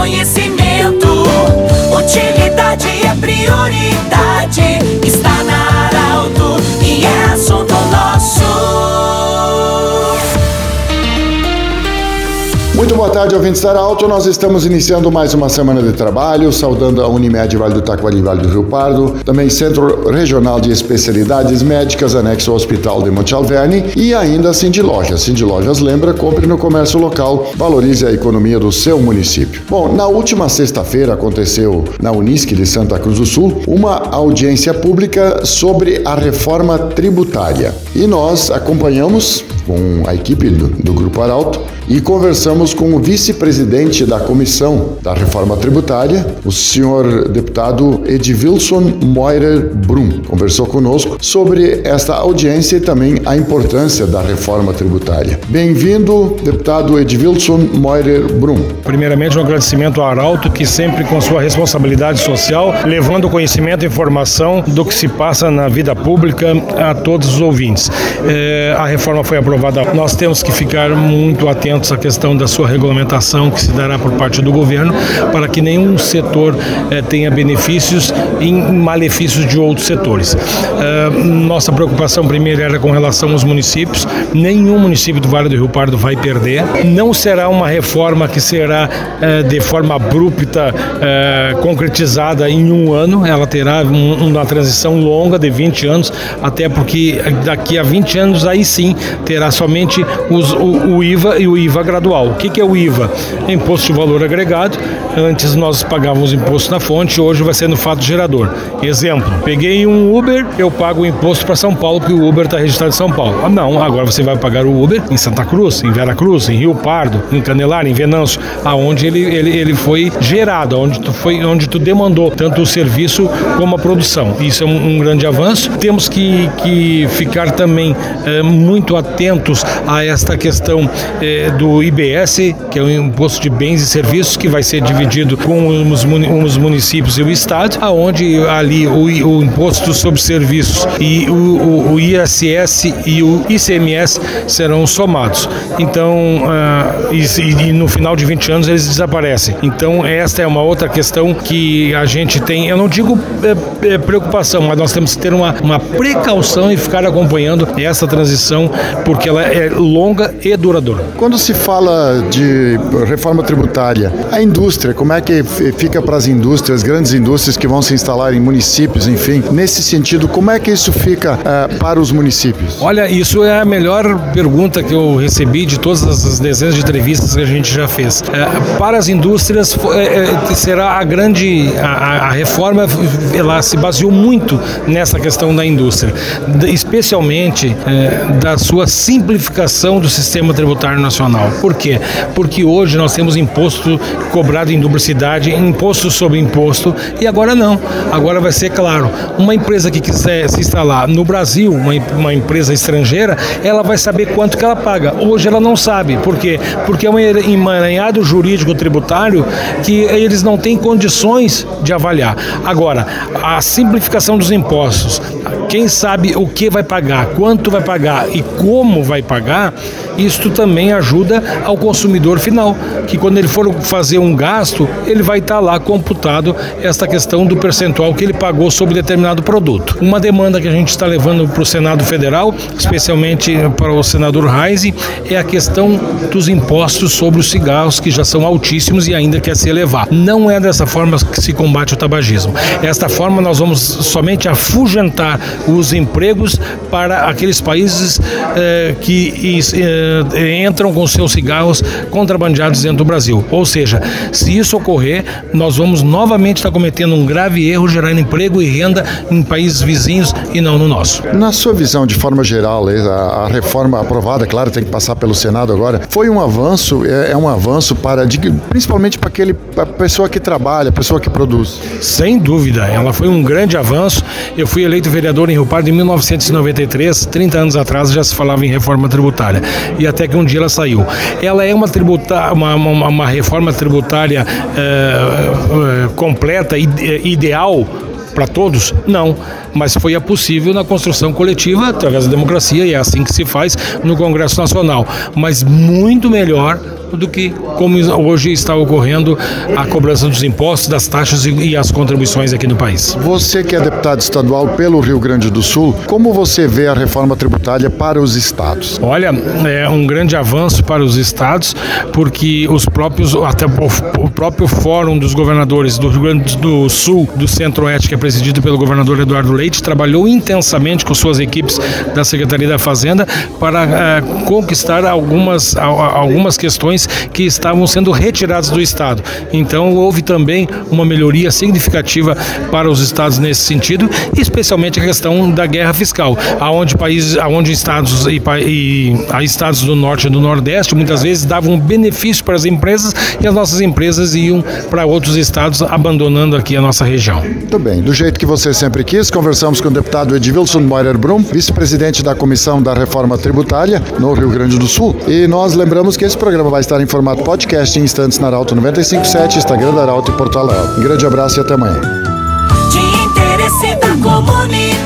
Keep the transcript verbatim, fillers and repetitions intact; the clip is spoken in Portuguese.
conhecimento. Utilidade é prioridade. Está na Arauto e é assunto nosso. Muito boa tarde, ouvintes da Arauto. Nós estamos iniciando mais uma semana de trabalho, saudando a Unimed Vale do Taquari, Vale do Rio Pardo, também Centro Regional de Especialidades Médicas, anexo ao Hospital de Monte Alverne, e ainda a Cindy Lojas. Cindy Lojas lembra, compre no comércio local, valorize a economia do seu município. Bom, na última sexta-feira aconteceu na Unisc de Santa Cruz do Sul uma audiência pública sobre a reforma tributária. E nós acompanhamos com a equipe do, do Grupo Arauto e conversamos com o vice-presidente da Comissão da Reforma Tributária, o senhor deputado Edvilson Moirer Brum. Conversou conosco sobre esta audiência e também a importância da reforma tributária. Bem-vindo, deputado Edvilson Moirer Brum. Primeiramente, um agradecimento ao Arauto, que sempre com sua responsabilidade social, levando conhecimento e informação do que se passa na vida pública a todos os ouvintes. É, a reforma foi aprovada. Nós temos que ficar muito atentos à questão da sua regulamentação que se dará por parte do governo, para que nenhum setor eh, tenha benefícios em malefícios de outros setores. Uh, nossa preocupação primeiro era com relação aos municípios. Nenhum município do Vale do Rio Pardo vai perder. Não será uma reforma que será uh, de forma abrupta uh, concretizada em um ano. Ela terá um, uma transição longa de vinte anos, até porque daqui a vinte anos aí sim terá somente os, o, o I V A e o I V A gradual. O que, que é o I V A? É Imposto de Valor Agregado. Antes nós pagávamos imposto na fonte, hoje vai ser no fato gerador. Exemplo, peguei um Uber, eu pago o imposto para São Paulo, porque o Uber está registrado em São Paulo. Ah, não, agora você vai pagar o Uber em Santa Cruz, em Vera Cruz, em Rio Pardo, em Canelar, em Venâncio, aonde ele, ele, ele foi gerado, onde tu, foi, onde tu demandou tanto o serviço como a produção. Isso é um, um grande avanço. Temos que, que ficar também é, muito atentos a esta questão é, do I B S, que é o Imposto de Bens e Serviços, que vai ser dividido com os municípios e o Estado, aonde ali o, o Imposto sobre Serviços e o, o, o I S S e o I C M S serão somados. Então, uh, e, e no final de vinte anos eles desaparecem. Então, esta é uma outra questão que a gente tem, eu não digo é, é, preocupação, mas nós temos que ter uma, uma precaução e ficar acompanhando essa transição, porque ela é longa e duradoura. Quando se fala de reforma tributária, a indústria, como é que fica para as indústrias, grandes indústrias que vão se instalar em municípios, enfim, nesse sentido, como é que isso fica uh, para os municípios? Olha, isso é a melhor pergunta que eu recebi de todas as dezenas de entrevistas que a gente já fez. Uh, para as indústrias, uh, será a grande, a, a reforma, ela se baseou muito nessa questão da indústria, especialmente uh, da sua simplificação do sistema tributário nacional. Por quê? Porque hoje nós temos imposto cobrado em duplicidade, imposto sobre imposto, e agora não. Agora vai ser claro, uma empresa que quiser se instalar no Brasil, uma, uma empresa estrangeira, ela vai saber quanto que ela paga. Hoje ela não sabe. Por quê? Porque é um emaranhado jurídico tributário que eles não têm condições de avaliar. Agora, a simplificação dos impostos, quem sabe o que vai pagar, quanto vai pagar e como vai pagar, isto também ajuda ao consumidor final, que quando ele for fazer um gasto, ele vai estar lá computado esta questão do percentual que ele pagou sobre determinado produto. Uma demanda que a gente está levando para o Senado Federal, especialmente para o senador Reise, é a questão dos impostos sobre os cigarros, que já são altíssimos e ainda quer se elevar. Não é dessa forma que se combate o tabagismo. Desta forma nós vamos somente afugentar os empregos para aqueles países eh, que eh, entram com seus cigarros contrabandeados dentro do Brasil. Ou seja, se isso ocorrer, nós vamos novamente estar cometendo um grave erro, gerando emprego e renda em países vizinhos e não no nosso. Na sua visão, de forma geral, a, a reforma aprovada, claro, tem que passar pelo Senado agora, foi um avanço, é, é um avanço para, de, principalmente para aquele, a pessoa que trabalha, a pessoa que produz? Sem dúvida, ela foi um grande avanço. Eu fui eleito vereador em Rio Pardo em mil novecentos e noventa e três, trinta anos atrás já se falava em reforma tributária, e até que um dia ela saiu. Ela é uma, tributa, uma, uma, uma reforma tributária é, é, completa, ideal para todos? Não, mas foi possível na construção coletiva através da democracia, e é assim que se faz no Congresso Nacional, mas muito melhor do que como hoje está ocorrendo a cobrança dos impostos, das taxas e as contribuições aqui no país. Você que é deputado estadual pelo Rio Grande do Sul, como você vê a reforma tributária para os estados? Olha, é um grande avanço para os estados, porque os próprios, até o próprio Fórum dos Governadores do Rio Grande do Sul, do Centro-Oeste, que é presidido pelo governador Eduardo Leite, trabalhou intensamente com suas equipes da Secretaria da Fazenda para uh, conquistar algumas, algumas questões que estavam sendo retiradas do estado. Então houve também uma melhoria significativa para os estados nesse sentido, especialmente a questão da guerra fiscal, aonde países, aonde estados e, e a estados do norte e do nordeste muitas vezes davam benefício para as empresas e as nossas empresas iam para outros estados, abandonando aqui a nossa região. Muito bem, do jeito que você sempre quis, conversamos com o deputado Edilson Moirer Brum, vice-presidente da Comissão da Reforma Tributária no Rio Grande do Sul, e nós lembramos que esse programa vai estar em formato podcast em instantes na Arauto noventa e cinco ponto sete, Instagram da Arauto e Portal Arauto. Um grande abraço e até amanhã. De interesse da comunidade.